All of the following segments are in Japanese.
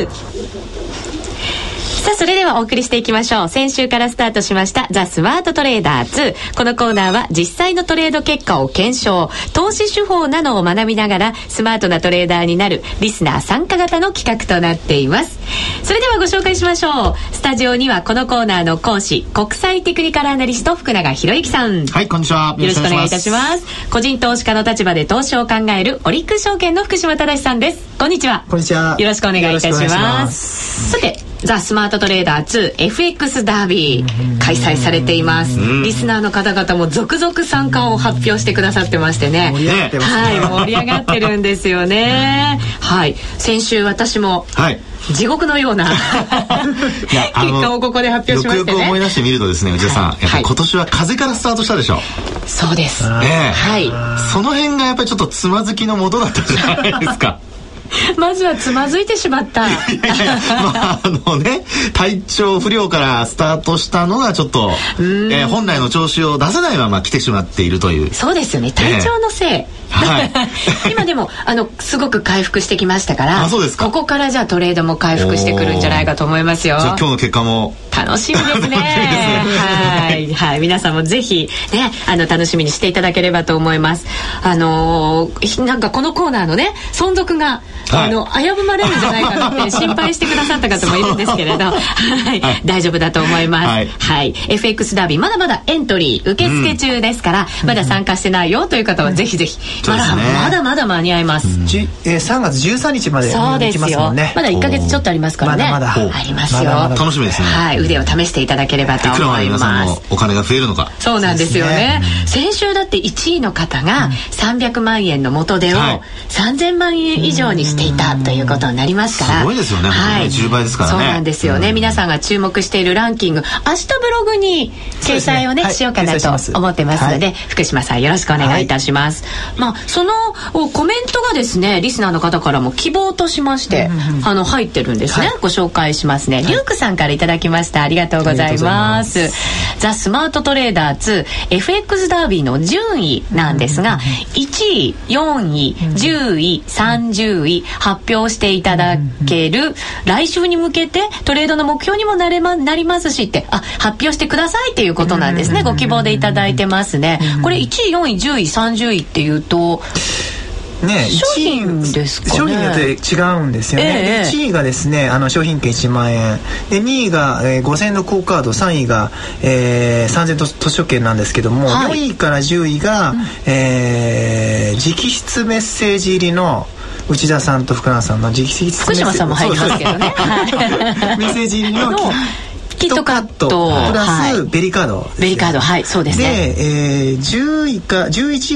さあそれではお送りしていきましょう。先週からスタートしましたザ・スマートトレーダー2。このコーナーは実際のトレード結果を検証、投資手法などを学びながらスマートなトレーダーになるリスナー参加型の企画となっています。それではご紹介しましょう。スタジオにはこのコーナーの講師、国際テクニカルアナリスト福永博之さん。 はい、こんにちは。 よろしくお願いいたします。個人投資家の立場で投資を考えるオリックス証券の福島正さんです。こんにちは。 こんにちは。 よろしくお願いいたします。さて、ザ・スマートトレーダー 2FX ダービー開催されています。リスナーの方々も続々参加を発表してくださってましてね、 盛り上がってますね。 はい、盛り上がってるんですよね。はい、先週私も、地獄のような結果をここで発表しましてね。 よくよく思い出してみるとですね、内田さん、やっぱり今年は風からスタートしたでしょ。 そうです。 はい。その辺がやっぱりちょっとつまずきの元だったじゃないですか。 まずはつまずいてしまった。 体調不良からスタートしたのがちょっと、本来の調子を出せないまま来てしまっているという。 そうですよね、体調のせい。今でもすごく回復してきましたから。 そうですか。 ここからじゃあトレードも回復してくるんじゃないかと思いますよ。 じゃあ今日の結果も楽しみですね。はいはい、皆さんもぜひね楽しみにしていただければと思います。なんかこのコーナーのね存続が危ぶまれるんじゃないかなって心配してくださった方もいるんですけれど、大丈夫だと思います。はい、FX ダービーまだまだエントリー受付中ですから、まだ参加してないよという方はぜひぜひ、まだまだ間に合います。 3月13日まで行きますもんね。 まだ1ヶ月ちょっとありますからね。 まだありますよ。 楽しみですね。 はい、腕を試していただければと思います。いくらまで皆さんのお金が増えるのか。 そうなんですよね。先週だって1位の方が300万円の元手を3000万円以上にしていたということになりますから。 すごいですよね。10倍ですからね。 そうなんですよね。皆さんが注目しているランキング、明日ブログに掲載をしようかなと思ってますので、福島さんよろしくお願いいたします。そのコメントがですね、リスナーの方からも希望としまして入ってるんですね。ご紹介しますね。リュウクさんからいただきました。ありがとうございます。ザ・スマートトレーダー 2FX ダービーの順位なんですが、1位、4位、10位、30位発表していただける。来週に向けてトレードの目標にもなりますしって発表してくださいっていうことなんですね。ご希望でいただいてますね。これ1位、4位、10位、30位っていうと商品ですかね。 商品によって違うんですよね。1位がですね商品券1万円で、2位が、5000円のクオカード、3位が、3000図書券なんですけども、4位から10位が、直筆メッセージ入りの内田さんと福永さんの直筆メッセージ、 福島さんも入りますけどね。 メッセージ入りのキットカットプラスベリカード、 ベリカード、はい、そうですね。 で、11位から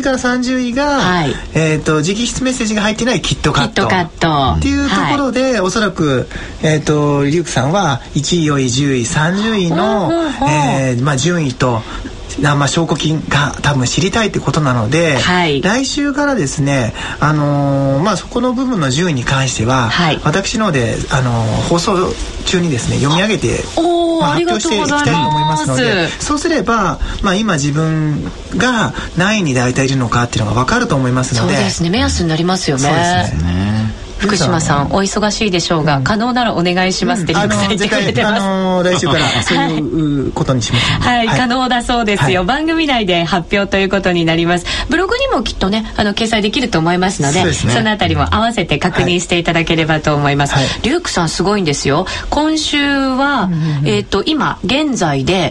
30位が、直筆メッセージが入ってないキットカットっていうところで、おそらくリュウクさんは1位、4位、10位、30位の順位と証拠金が多分知りたいってことなので、来週からですねそこの部分の順位に関しては、私ので放送中にですね読み上げて発表していきたいと思いますので、そうすれば、今自分が何位に大体いるのかっていうのが分かると思いますので。 そうですね、目安になりますよね。 そうですね。 福島さんお忙しいでしょうが、可能ならお願いしますってリュウクさん言ってくれてます。 来週からそういうことにします。 はい、可能だそうですよ。番組内で発表ということになります。ブログにもきっとね掲載できると思いますので、そのあたりも合わせて確認していただければと思います。リュウクさんすごいんですよ。今週は今現在で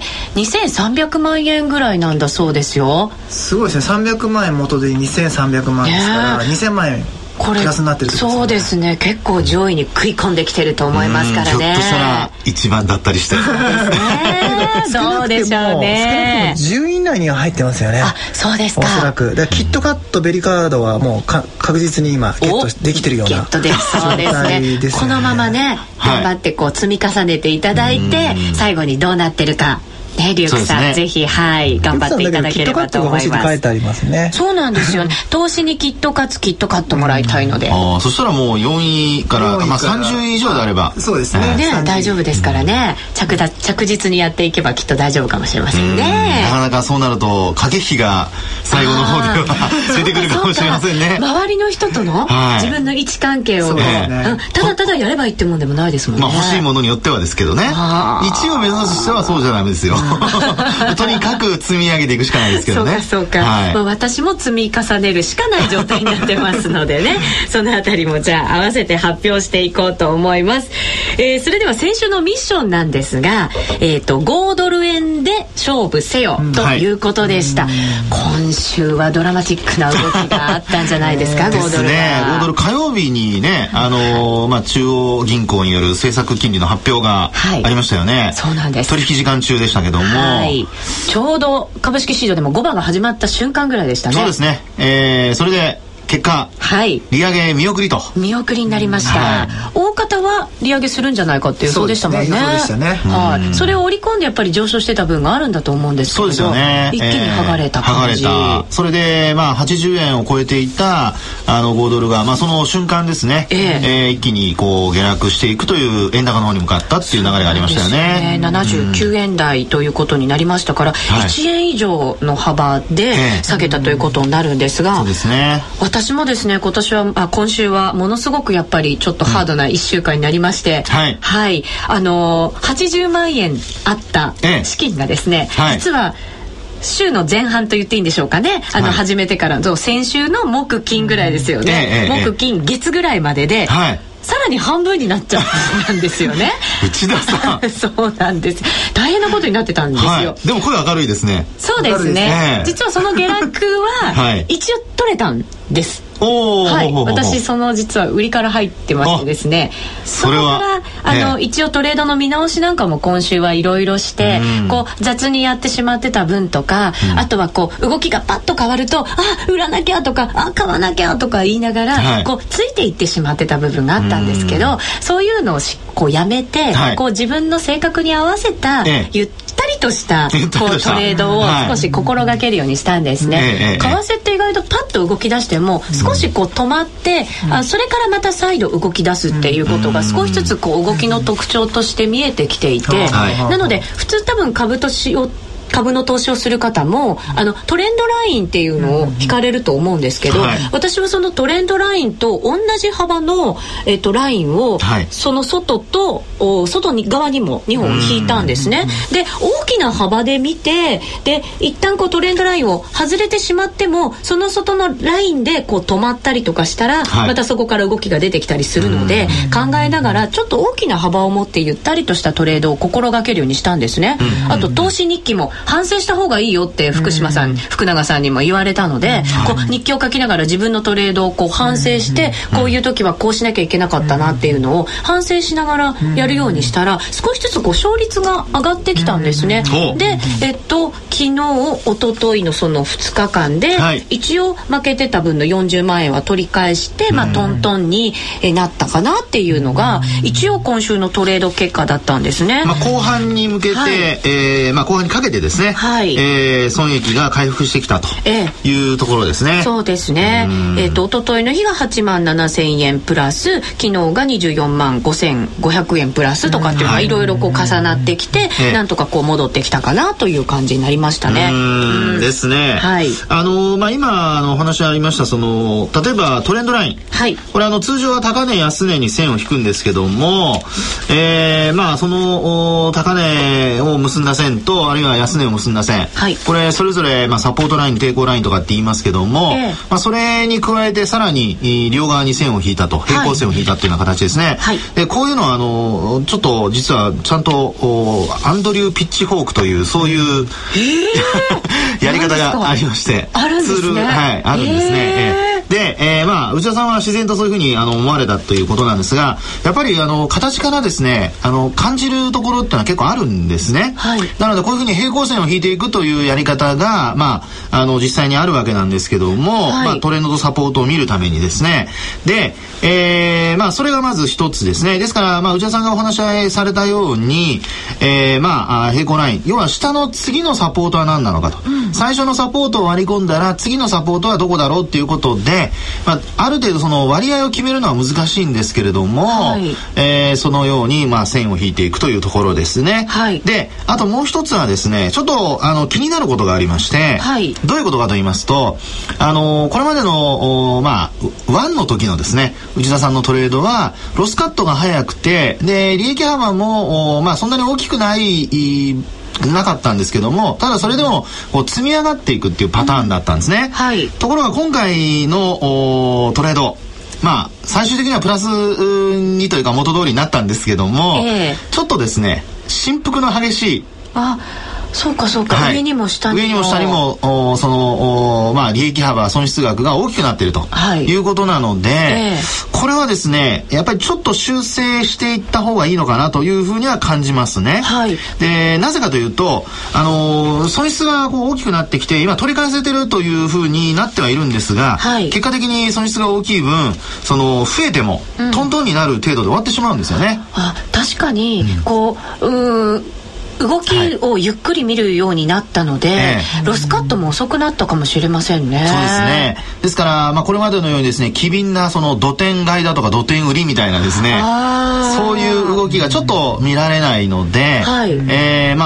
2300万円ぐらいなんだそうですよ。 すごいですね。300万円元で2300万ですから2000万円プラスになってるってことですね。 そうですね、結構上位に食い込んできてると思いますからね。 ひょっとしたら一番だったりして。 どうでしょうね。 少なくとも10位以内には入ってますよね。 そうですか。 おそらくキットカット、ベリカードはもう確実に今ゲットできてるようなゲットできそうですね。このままね頑張って積み重ねていただいて、最後にどうなってるかね、リュウクさん、ぜひ、はい、頑張っていただければと思います。 キットカットが欲しいって書いてありますね。 そうなんですよね。投資にキットカットもらいたいので。 そしたらもう4位から、30位以上であれば。 そうですね。 大丈夫ですからね。着実にやっていけばきっと大丈夫かもしれませんね。 なかなかそうなると、駆け引きが最後の方では出てくるかもしれませんね。 周りの人との自分の位置関係を、ただただやればいいってもんでもないですもんね。 欲しいものによってはですけどね。1位を目指してはそうじゃダメですよ。とにかく積み上げていくしかないですけどね。 そうか。私も積み重ねるしかない状態になってますのでね。そのあたりもじゃあ合わせて発表していこうと思います。それでは先週のミッションなんですが、5ドル円で勝負せよということでした。今週はドラマチックな動きがあったんじゃないですか。5ドルですね。5ドル火曜日にね、中央銀行による政策金利の発表がありましたよね。 そうなんです。 取引時間中でしたけども、 ちょうど株式市場でも5番が始まった瞬間ぐらいでしたね。 そうですね。それで結果、利上げ見送りになりました。大方は利上げするんじゃないかっていうそうでしたもんね。 そうでしたね。 それを織り込んでやっぱり上昇してた分があるんだと思うんですけど、 そうですよね。 一気に剥がれた感じ。 それで80円を超えていた5ドルがその瞬間ですね、一気にこう下落していくという円高の方に向かったっていう流れがありましたよね。 79円台ということになりましたから、1円以上の幅で下げたということになるんですが、 そうですね。 私もですね、今週はものすごくやっぱりちょっとハードな1週間になりまして、80万円あった資金がですね、実は週の前半と言っていいんでしょうかね。始めてから先週の木金ぐらいですよね。木金月ぐらいまでで、さらに半分になっちゃったんですよね。 内田さんそうなんです。大変なことになってたんですよ。 でも声明るいですね。 そうですね。実はその下落は一応取れたんです。私実は売りから入ってましてですね、それから一応トレードの見直しなんかも今週はいろいろして、こう雑にやってしまってた分とか、あとはこう動きがパッと変わると売らなきゃとか買わなきゃとか言いながら、こうついていってしまってた部分があったんですけど、そういうのをこうやめて、こう自分の性格に合わせたゆったりとしたこうトレードを少し心がけるようにしたんですね。為替って意外とパッと動き出しても少しこう止まって、それからまた再度動き出すっていうことが少しずつこう動きの特徴として見えてきていて、なので普通多分株の投資をする方もトレンドラインっていうのを引かれると思うんですけど、私はそのトレンドラインと同じ幅の、ラインを、その外側にも2本引いたんですね。で大きな幅で見て、で一旦こうトレンドラインを外れてしまってもその外のラインでこう止まったりとかしたら、またそこから動きが出てきたりするので、考えながらちょっと大きな幅を持ってゆったりとしたトレードを心がけるようにしたんですね。あと投資日記も反省した方がいいよって福永さんにも言われたので、こう日記を書きながら自分のトレードをこう反省して、こういう時はこうしなきゃいけなかったなっていうのを反省しながらやるようにしたら、少しずつこう勝率が上がってきたんですね。で、昨日一昨日のその2日間で、一応負けてた分の40万円は取り返して、トントンになったかなっていうのが一応今週のトレード結果だったんですね。 後半に向けて、後半にかけてですね、損益が回復してきたというところですね。 そうですね。一昨日の日が8万7000円プラス、昨日が24万5500円プラスとかっていうのがいろいろこう重なってきて、なんとかこう戻ってきたかなという感じになりましたね。 ですね。今お話ありました例えばトレンドライン、これ通常は高値安値に線を引くんですけども、その高値を結んだ線とあるいは安値を結んだ線、これそれぞれサポートライン抵抗ラインとかって言いますけども、それに加えてさらに両側に線を引いたと、平行線を引いたっていうような形ですね。こういうのはちょっと実はちゃんとアンドリュー・ピッチホークというそういうやり方がありまして、 あるんですね。 あるんですね。 で、内田さんは自然とそういうふうに思われたということなんですが、やっぱり形からですね感じるところっていうのは結構あるんですね、はい、なのでこういうふうに平行線を引いていくというやり方が、実際にあるわけなんですけども、はい、トレンドとサポートを見るためにですね、で、それがまず一つですね。ですから、内田さんがお話しされたように、平行ライン、要は下の次のサポートは何なのかと、最初のサポートを割り込んだら次のサポートはどこだろうっていうことで、ある程度その割合を決めるのは難しいんですけれども、はい、そのように線を引いていくというところですね、はい、であともう一つはですね、ちょっと気になることがありまして、はい、どういうことかと言いますと、これまでのワンの時のですね内田さんのトレードはロスカットが早くて、で利益幅もそんなに大きくなかったんですけども、ただそれでも積み上がっていくっていうパターンだったんですね、はい、ところが今回のトレード、最終的にはプラスにというか元通りになったんですけども、ちょっとですね振幅の激しい、 そうか、はい、上にも下にもその利益幅損失額が大きくなっているということなので、これはですねやっぱりちょっと修正していった方がいいのかなというふうには感じますね、はい、でなぜかというと損失が大きくなってきて今取り返せてるというふうになってはいるんですが、はい、結果的に損失が大きい分増えてもトントンになる程度で終わってしまうんですよね、 確かに動きをゆっくり見るようになったので、ロスカットも遅くなったかもしれませんね。 そうですね。ですから、これまでのようにですね機敏なその土点買いだとか土点売りみたいなですね、そういう動きがちょっと見られないので、はい、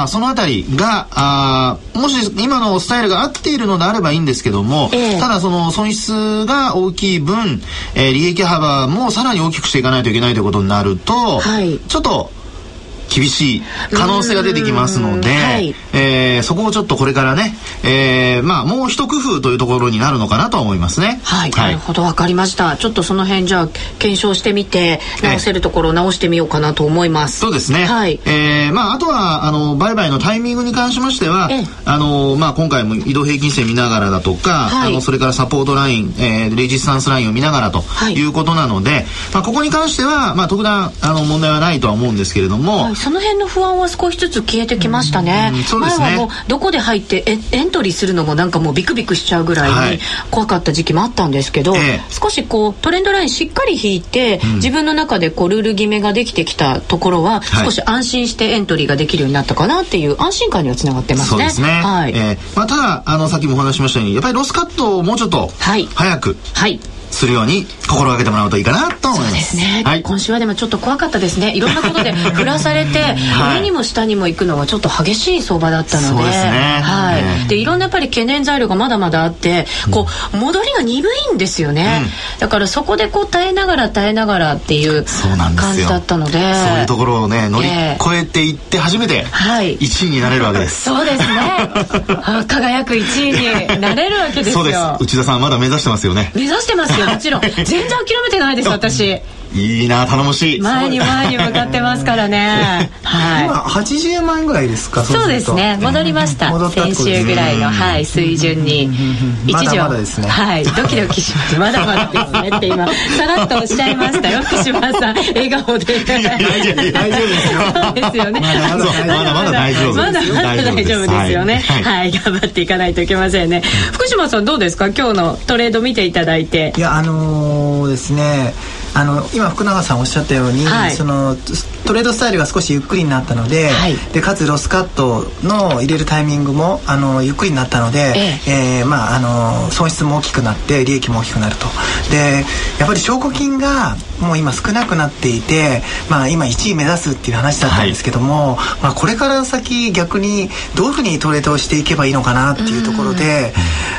そのあたりがもし今のスタイルが合っているのであればいいんですけども、ただその損失が大きい分、利益幅もさらに大きくしていかないといけないということになると、はい、ちょっと厳しい可能性が出てきますので、はい、そこをちょっとこれからね、もう一工夫というところになるのかなと思いますね。 はい、なるほど、分かりました。ちょっとその辺じゃあ検証してみて直せるところを直してみようかなと思います。 そうですね、はい、あとは売買のタイミングに関しましては、今回も移動平均線見ながらだとか、はい、それからサポートライン、レジスタンスラインを見ながらということなので、ここに関しては、特段問題はないとは思うんですけれども、はい、 その辺の不安は少しずつ消えてきましたね。 そうですね。 前はもうどこで入ってエントリーするのもなんかもうビクビクしちゃうぐらいに怖かった時期もあったんですけど、少しトレンドラインしっかり引いて、自分の中でルール決めができてきたところは、少し安心してエントリーができるようになったかなっていう安心感にはつながってますね。 そうですね、はい。たださっきもお話しましたようにやっぱりロスカットをもうちょっと早く、はいするように心がけてもらうといいかなと思います。 そうですね、はい、今週はでもちょっと怖かったですね。いろんなことで振らされて、はい、上にも下にも行くのはちょっと激しい相場だったので、 そうですね、 はい、でいろんなやっぱり懸念材料がまだまだあって、戻りが鈍いんですよね、だからそこで耐えながらっていう感じだったので、 そういうところをね乗り越えていって初めて1位になれるわけです、 そうですね輝く1位になれるわけですよ。 そうです。内田さんまだ目指してますよね。 目指してますよ、もちろん全然諦めてないです私。 いいな、頼もしい。 前に向かってますからねはい、 今80万円ぐらいですか。 そうですね、戻りました、先週ぐらいの、水準に一時はまだですね、ドキドキしますまだまだですねって今さらっとおっしゃいましたよ福島さん笑顔で大丈夫ですよそうですよね、 まだ大丈夫です、 まだ大丈夫ですよね、はい頑張っていかないといけませんね。福島さんどうですか、今日のトレード見ていただいて。 いやですね、今福永さんおっしゃったように、そのトレードスタイルが少しゆっくりになったので、でかつロスカットの入れるタイミングもゆっくりになったので、損失も大きくなって利益も大きくなると。でやっぱり証拠金がもう今少なくなっていて、今1位目指すっていう話だったんですけども、これから先逆にどういうふうにトレードをしていけばいいのかなっていうところで、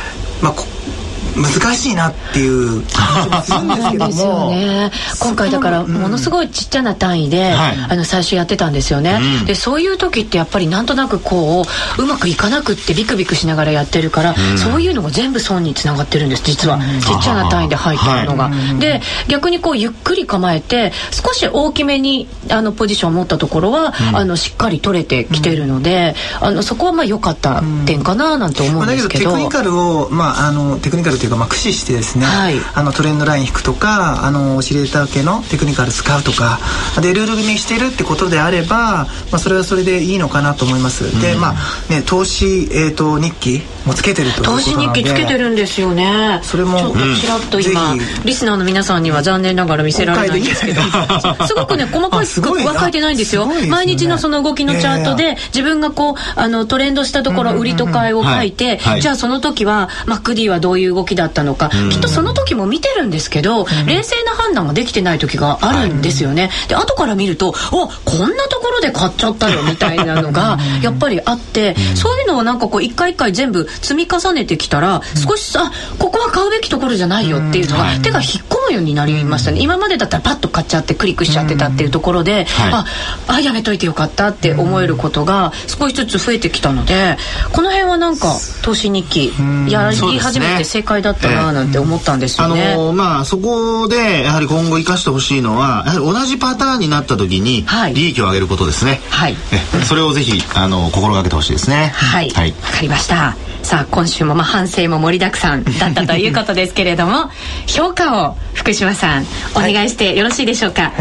難しいなっていう感じもするんですけどもですよね、今回だからものすごいちっちゃな単位で、最初やってたんですよね、でそういう時ってやっぱりなんとなくうまくいかなくってビクビクしながらやってるから、そういうのが全部損につながってるんです実は。ちっちゃな単位で入ってるのが、で逆にゆっくり構えて少し大きめにポジションを持ったところは、しっかり取れてきてるので、そこは良かった点かななんて思うんですけど、 だけどテクニカルというか、駆使してですね、トレンドライン引くとか、オシレーター系のテクニカル使うとかでルール組みしてるってことであれば、それはそれでいいのかなと思います。で投資、日記もつけてるということなので、 投資日記つけてるんですよね。 それもちょっとちらっと今リスナーの皆さんには残念ながら見せられないんですけどすごくね細かい数は書いてないんですよ。毎日のその動きのチャートで自分がこうトレンドしたところ売りと買いを書いて、じゃあその時はマック D はどういう動きだったのか、きっとその時も見てるんですけど、冷静な判断ができてない時があるんですよね。で後から見るとこんなところで買っちゃったよみたいなのがやっぱりあって、そういうのをなんかこう一回一回全部積み重ねてきたら、少しここは買うべきところじゃないよっていうのが手が引っ込むようになりましたね。今までだったらパッと買っちゃってクリックしちゃってたっていうところで、やめといてよかったって思えることが少しずつ増えてきたので、この辺はなんか投資日記やり始めて正解だったななんて思ったんですよね。 そこでやはり今後生かしてほしいのは、やはり同じパターンになった時に利益を上げることですね。それをぜひ心がけてほしいですね。 わかりました。さあ今週も反省も盛りだくさんだったということですけれども評価を福島さんお願いしてよろしいでしょうか。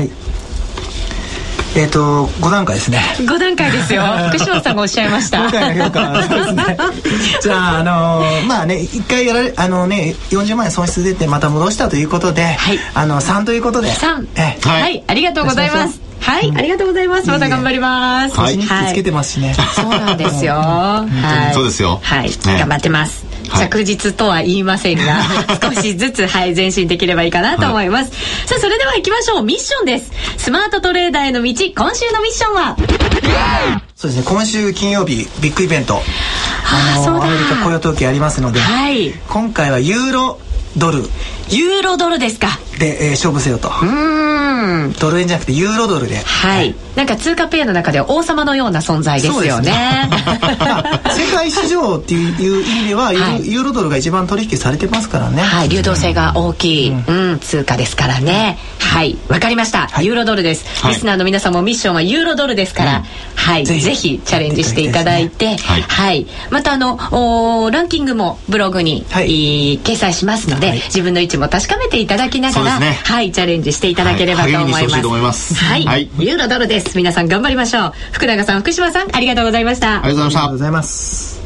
5段階ですね。 5段階ですよ福島さんがおっしゃいました。 5回の評価そうですね。じゃあ一回40万円損失出てまた戻したということで、3ということで 3、ありがとうございます。ありがとうございます。また頑張ります。 日記つけてますしね。 そうなんですよ。 そうですよ。 頑張ってます。着実とは言いませんが少しずつ前進できればいいかなと思います。さあそれでは行きましょう。ミッションです。スマートトレーダーへの道、今週のミッションはそうですね、今週金曜日ビッグイベントアメリカ雇用統計ありますので、今回はユーロドルですかで、勝負せよと。ドル円じゃなくてユーロドルで、 なんか通貨ペアの中では王様のような存在ですよね。 世界市場っていう意味ではユーロドルが一番取引されてますからね。 流動性が大きい、通貨ですからね。わかりました。ユーロドルです。リスナーの皆さんもミッションはユーロドルですから、ぜひチャレンジしていただいて、またランキングもブログに掲載しますので、自分の位置も確かめていただきながら、チャレンジしていただければと思います。ユーロドルです。皆さん頑張りましょう。福永さん、福島さん、ありがとうございました。 ありがとうございました。 ありがとうございます。